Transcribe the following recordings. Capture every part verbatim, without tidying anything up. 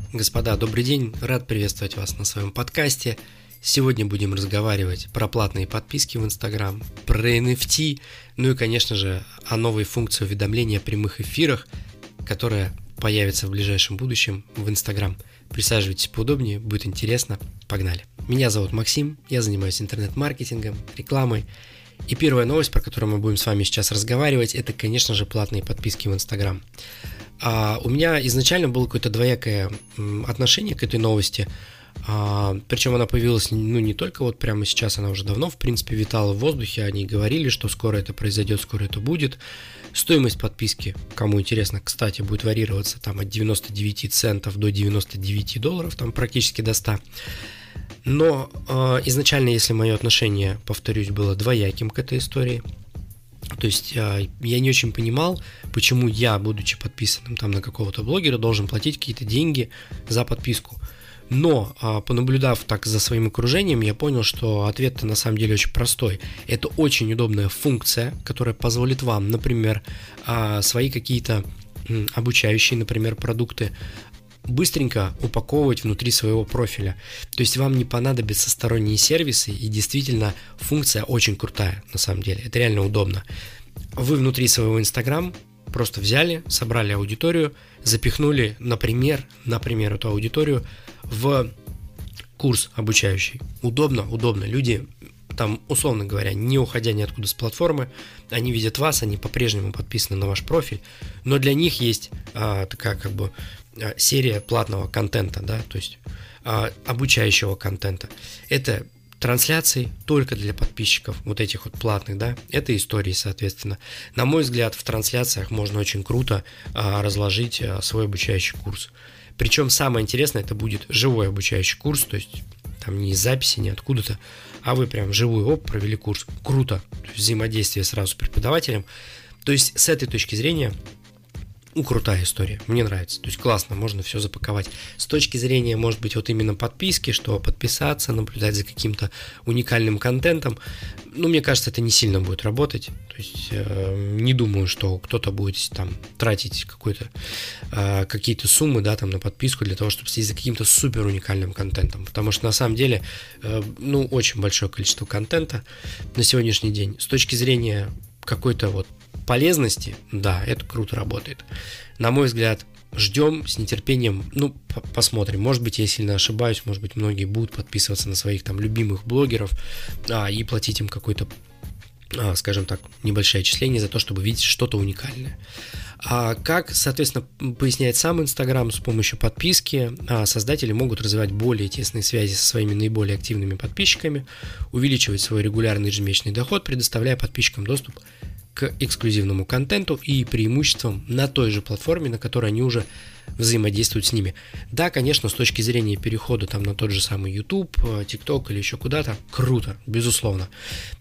Господа, добрый день, рад приветствовать вас на своем подкасте. Сегодня будем разговаривать про платные подписки в Instagram, про эн эф ти, ну и, конечно же, о новой функции уведомления о прямых эфирах, которая появится в ближайшем будущем в Instagram. Присаживайтесь поудобнее, будет интересно. Погнали. Меня зовут Максим, я занимаюсь интернет-маркетингом, рекламой. И первая новость, про которую мы будем с вами сейчас разговаривать, это, конечно же, платные подписки в Instagram. А у меня изначально было какое-то двоякое отношение к этой новости, а, причем она появилась ну, не только вот прямо сейчас, она уже давно, в принципе, витала в воздухе, они говорили, что скоро это произойдет, скоро это будет. Стоимость подписки, кому интересно, кстати, будет варьироваться там от девяноста девяти центов до девяноста девяти долларов, там практически до ста. Но э, изначально, если мое отношение, повторюсь, было двояким к этой истории, то есть э, я не очень понимал, почему я, будучи подписанным там на какого-то блогера, должен платить какие-то деньги за подписку. Но, э, понаблюдав так за своим окружением, я понял, что ответ-то на самом деле очень простой. Это очень удобная функция, которая позволит вам, например, э, свои какие-то э, обучающие, например, продукты быстренько упаковывать внутри своего профиля. То есть вам не понадобятся сторонние сервисы, и действительно функция очень крутая на самом деле. Это реально удобно. Вы внутри своего Instagram просто взяли, собрали аудиторию, запихнули, например, например, эту аудиторию в курс обучающий. Удобно, удобно. Люди там, условно говоря, не уходя ниоткуда с платформы, они видят вас, они по-прежнему подписаны на ваш профиль, но для них есть а, такая как бы серия платного контента, да, то есть а, обучающего контента. Это трансляции только для подписчиков, вот этих вот платных, да, это истории, соответственно. На мой взгляд, в трансляциях можно очень круто а, разложить а, свой обучающий курс. Причем самое интересное, это будет живой обучающий курс, то есть там не из записи, не откуда-то, а вы прям живую оп, провели курс. Круто. То есть взаимодействие сразу с преподавателем. То есть с этой точки зрения ну, крутая история, мне нравится, то есть классно, можно все запаковать. С точки зрения, может быть, вот именно подписки, что подписаться, наблюдать за каким-то уникальным контентом, ну, мне кажется, это не сильно будет работать, то есть э, не думаю, что кто-то будет там тратить какой-то, э, какие-то суммы, да, там на подписку для того, чтобы следить за каким-то супер уникальным контентом, потому что на самом деле, э, ну, очень большое количество контента на сегодняшний день. С точки зрения какой-то вот полезности, да, это круто работает. На мой взгляд, ждем с нетерпением, ну, посмотрим. Может быть, я сильно ошибаюсь, может быть, многие будут подписываться на своих там любимых блогеров а, и платить им какой-то, а, скажем так, небольшое отчисление за то, чтобы видеть что-то уникальное. А как, соответственно, поясняет сам Instagram, с помощью подписки а, создатели могут развивать более тесные связи со своими наиболее активными подписчиками, увеличивать свой регулярный ежемесячный доход, предоставляя подписчикам доступ к эксклюзивному контенту и преимуществам на той же платформе, на которой они уже взаимодействуют с ними. Да, конечно, с точки зрения перехода там на тот же самый YouTube, TikTok или еще куда-то, круто, безусловно.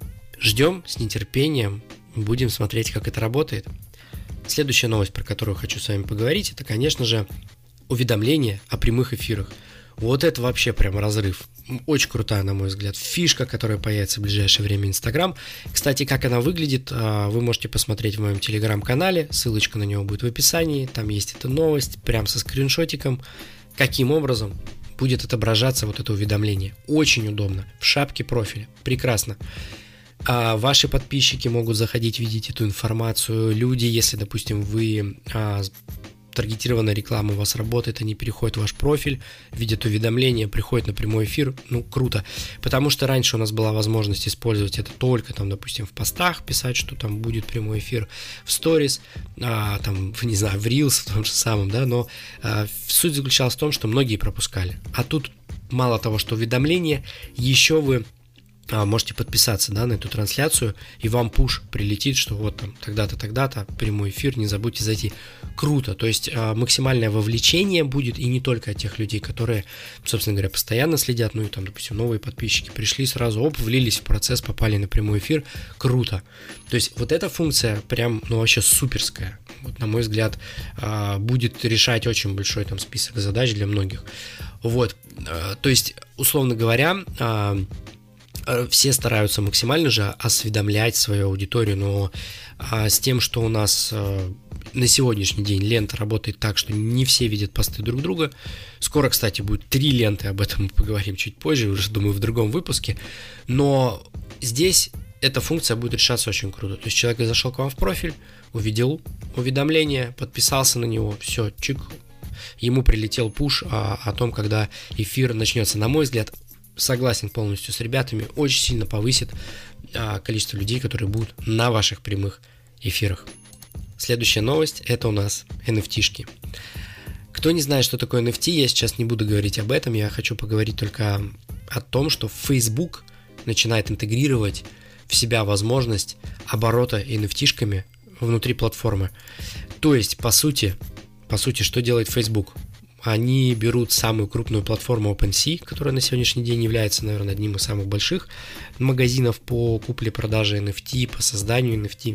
Ждем с нетерпением, будем смотреть, как это работает. Следующая новость, про которую хочу с вами поговорить, это, конечно же, уведомления о прямых эфирах. Вот это вообще прям разрыв. Очень крутая, на мой взгляд, фишка, которая появится в ближайшее время в Instagram. Кстати, как она выглядит, вы можете посмотреть в моем телеграм-канале. Ссылочка на него будет в описании. Там есть эта новость, прям со скриншотиком. Каким образом будет отображаться вот это уведомление. Очень удобно. В шапке профиля. Прекрасно. А ваши подписчики могут заходить, видеть эту информацию. Люди, если, допустим, вы... таргетированная реклама у вас работает, они переходят в ваш профиль, видят уведомления, приходят на прямой эфир, ну, круто, потому что раньше у нас была возможность использовать это только, там, допустим, в постах писать, что там будет прямой эфир, в сторис, а, там, не знаю, в рилс, в том же самом, да, но а, суть заключалась в том, что многие пропускали, а тут мало того, что уведомления, еще вы можете подписаться, да, на эту трансляцию, и вам пуш прилетит, что вот там тогда-то, тогда-то прямой эфир, не забудьте зайти. Круто, то есть а, максимальное вовлечение будет, и не только от тех людей, которые, собственно говоря, постоянно следят, ну и там, допустим, новые подписчики пришли, сразу, оп, влились в процесс, попали на прямой эфир, круто. То есть вот эта функция прям, ну, вообще суперская, вот, на мой взгляд, а, будет решать очень большой там список задач для многих. Вот, а, то есть, условно говоря, а, все стараются максимально же осведомлять свою аудиторию, но а, с тем, что у нас а, на сегодняшний день лента работает так, что не все видят посты друг друга. Скоро, кстати, будет три ленты, об этом мы поговорим чуть позже, уже, думаю, в другом выпуске. Но здесь эта функция будет решаться очень круто. То есть человек зашел к вам в профиль, увидел уведомление, подписался на него, все, чик, ему прилетел пуш о, о том, когда эфир начнется. На мой взгляд, согласен полностью с ребятами, очень сильно повысит а, количество людей, которые будут на ваших прямых эфирах. Следующая новость – это у нас эн эф ти-шки. Кто не знает, что такое эн эф ти, я сейчас не буду говорить об этом, я хочу поговорить только о том, что Facebook начинает интегрировать в себя возможность оборота эн эф ти-шками внутри платформы. То есть, по сути, по сути, что делает Facebook? Они берут самую крупную платформу OpenSea, которая на сегодняшний день является, наверное, одним из самых больших магазинов по купле-продаже эн эф ти, по созданию эн эф ти.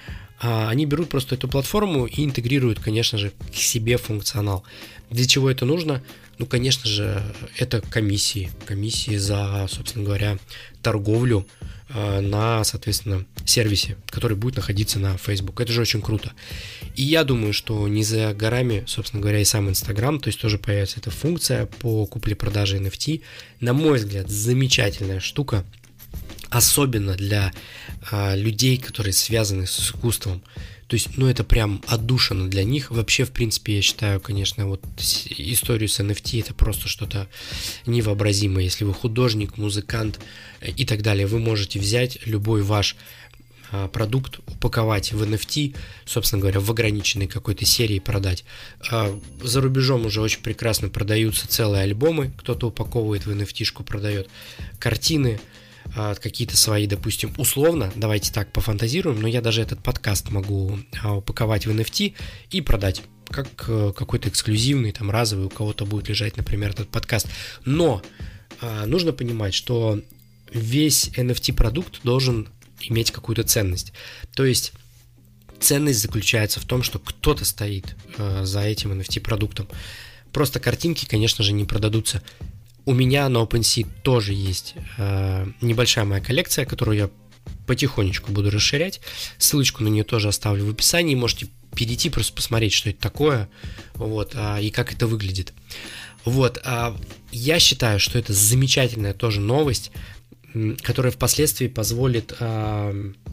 Они берут просто эту платформу и интегрируют, конечно же, к себе функционал. Для чего это нужно? Ну, конечно же, это комиссии. Комиссии за, собственно говоря, торговлю на, соответственно, сервисе, который будет находиться на Facebook. Это же очень круто. И я думаю, что не за горами, собственно говоря, и сам Instagram, то есть тоже появится эта функция по купле-продаже эн эф ти. На мой взгляд, замечательная штука, особенно для а, людей, которые связаны с искусством. То есть, ну, это прям отдушина для них. Вообще, в принципе, я считаю, конечно, вот историю с эн эф ти это просто что-то невообразимое. Если вы художник, музыкант и так далее, вы можете взять любой ваш а, продукт, упаковать в эн эф ти, собственно говоря, в ограниченной какой-то серии продать. А, за рубежом уже очень прекрасно продаются целые альбомы, кто-то упаковывает в эн эф ти-шку, продает картины, какие-то свои, допустим, условно, давайте так пофантазируем, но я даже этот подкаст могу упаковать в эн эф ти и продать как какой-то эксклюзивный, там, разовый, у кого-то будет лежать, например, этот подкаст. Но а, нужно понимать, что весь эн эф ти-продукт должен иметь какую-то ценность. То есть ценность заключается в том, что кто-то стоит а, за этим эн эф ти-продуктом. Просто картинки, конечно же, не продадутся. У меня на OpenSea тоже есть э, небольшая моя коллекция, которую я потихонечку буду расширять. Ссылочку на нее тоже оставлю в описании. Можете перейти, просто посмотреть, что это такое, вот, а, и как это выглядит. Вот, а, я считаю, что это замечательная тоже новость, которая впоследствии позволит а,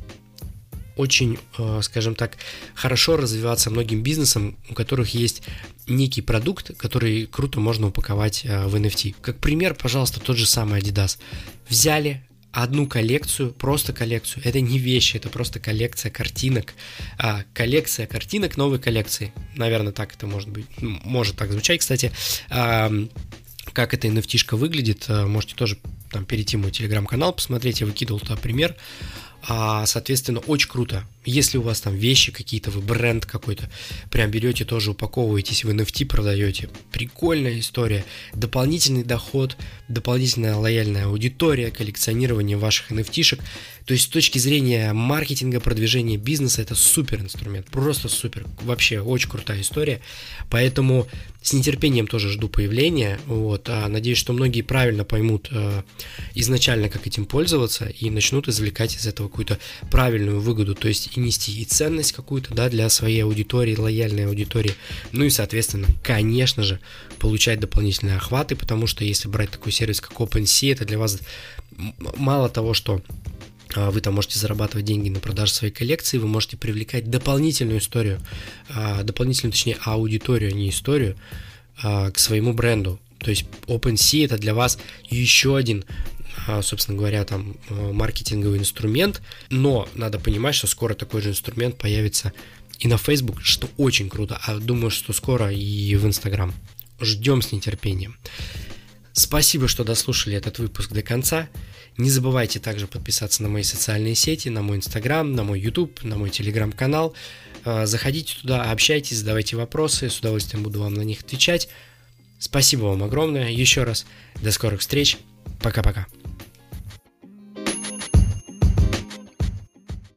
очень, а, скажем так, хорошо развиваться многим бизнесам, у которых есть некий продукт, который круто можно упаковать а, в эн эф ти. Как пример, пожалуйста, тот же самый Adidas. Взяли одну коллекцию, просто коллекцию. Это не вещи, это просто коллекция картинок. А, коллекция картинок новой коллекции. Наверное, так это может быть. Может так звучать, кстати. А, как эта эн эф ти-шка выглядит, можете тоже там перейти в мой телеграм-канал, посмотреть. Я выкидывал туда пример. А, соответственно, очень круто. Если у вас там вещи какие-то, вы бренд какой-то, прям берете, тоже упаковываетесь в эн эф ти, продаете. Прикольная история. Дополнительный доход, дополнительная лояльная аудитория, коллекционирование ваших эн эф ти-шек. То есть с точки зрения маркетинга, продвижения бизнеса, это супер инструмент. Просто супер. Вообще очень крутая история. Поэтому с нетерпением тоже жду появления. Вот. А надеюсь, что многие правильно поймут э, изначально, как этим пользоваться, и начнут извлекать из этого какую-то правильную выгоду. То есть и нести и ценность какую-то, да, для своей аудитории, лояльной аудитории. Ну и, соответственно, конечно же, получать дополнительные охваты, потому что если брать такой сервис, как OpenSea, это для вас мало того, что вы там можете зарабатывать деньги на продаже своей коллекции, вы можете привлекать дополнительную историю, дополнительную, точнее, аудиторию, а не историю, к своему бренду. То есть OpenSea это для вас еще один, собственно говоря, там маркетинговый инструмент, но надо понимать, что скоро такой же инструмент появится и на Facebook, что очень круто, а думаю, что скоро и в Instagram. Ждем с нетерпением. Спасибо, что дослушали этот выпуск до конца. Не забывайте также подписаться на мои социальные сети, на мой Instagram, на мой YouTube, на мой Telegram-канал. Заходите туда, общайтесь, задавайте вопросы, с удовольствием буду вам на них отвечать. Спасибо вам огромное. Еще раз до скорых встреч. Пока-пока.